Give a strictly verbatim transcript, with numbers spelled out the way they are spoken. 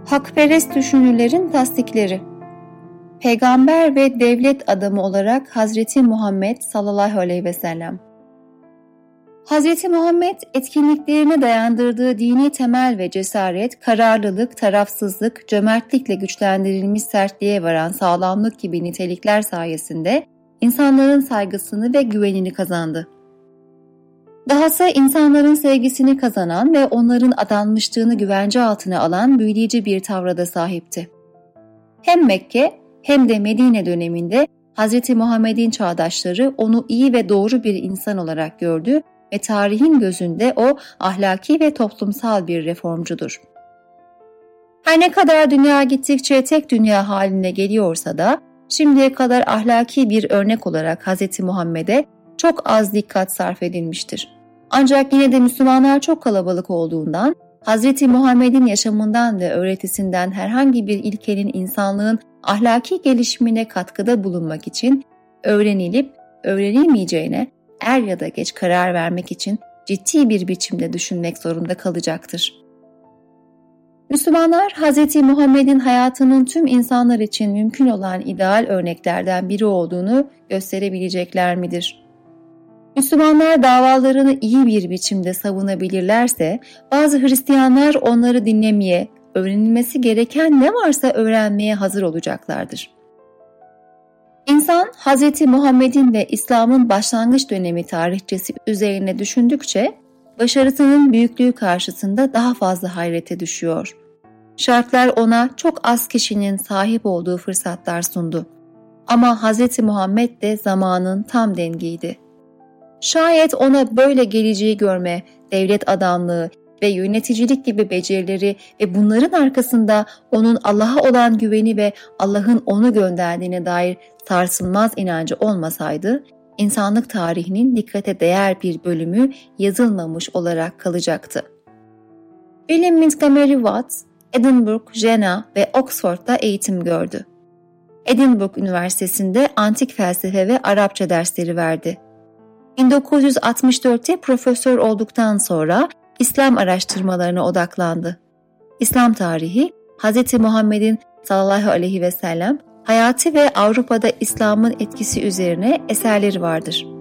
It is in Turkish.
Hakperest düşünürlerin tasdikleri. Peygamber ve devlet adamı olarak Hazreti Muhammed sallallahu aleyhi ve sellem. Hazreti Muhammed etkinliklerine dayandırdığı dini temel ve cesaret, kararlılık, tarafsızlık, cömertlikle güçlendirilmiş sertliğe varan sağlamlık gibi nitelikler sayesinde insanların saygısını ve güvenini kazandı. Dahası insanların sevgisini kazanan ve onların adanmışlığını güvence altına alan büyüleyici bir tavra da sahipti. Hem Mekke hem de Medine döneminde Hazreti Muhammed'in çağdaşları onu iyi ve doğru bir insan olarak gördü ve tarihin gözünde o ahlaki ve toplumsal bir reformcudur. Her ne kadar dünya gittikçe tek dünya haline geliyorsa da şimdiye kadar ahlaki bir örnek olarak Hazreti Muhammed'e çok az dikkat sarf edilmiştir. Ancak yine de Müslümanlar çok kalabalık olduğundan Hazreti Muhammed'in yaşamından ve öğretisinden herhangi bir ilkenin insanlığın ahlaki gelişimine katkıda bulunmak için öğrenilip öğrenilmeyeceğine er ya da geç karar vermek için ciddi bir biçimde düşünmek zorunda kalacaktır. Müslümanlar Hazreti Muhammed'in hayatının tüm insanlar için mümkün olan ideal örneklerden biri olduğunu gösterebilecekler midir? Müslümanlar davalarını iyi bir biçimde savunabilirlerse, bazı Hristiyanlar onları dinlemeye, öğrenilmesi gereken ne varsa öğrenmeye hazır olacaklardır. İnsan, Hazreti Muhammed'in ve İslam'ın başlangıç dönemi tarihçesi üzerine düşündükçe, başarısının büyüklüğü karşısında daha fazla hayrete düşüyor. Şartlar ona çok az kişinin sahip olduğu fırsatlar sundu. Ama Hazreti Muhammed de zamanın tam dengiydi. Şayet ona böyle geleceği görme, devlet adamlığı ve yöneticilik gibi becerileri ve bunların arkasında onun Allah'a olan güveni ve Allah'ın onu gönderdiğine dair sarsılmaz inancı olmasaydı, insanlık tarihinin dikkate değer bir bölümü yazılmamış olarak kalacaktı. William Montgomery Watts, Edinburgh, Jena ve Oxford'da eğitim gördü. Edinburgh Üniversitesi'nde antik felsefe ve Arapça dersleri verdi. bin dokuz yüz altmış dörtte profesör olduktan sonra İslam araştırmalarına odaklandı. İslam tarihi, Hz. Muhammed'in sallallahu aleyhi ve sellem hayatı ve Avrupa'da İslam'ın etkisi üzerine eserleri vardır.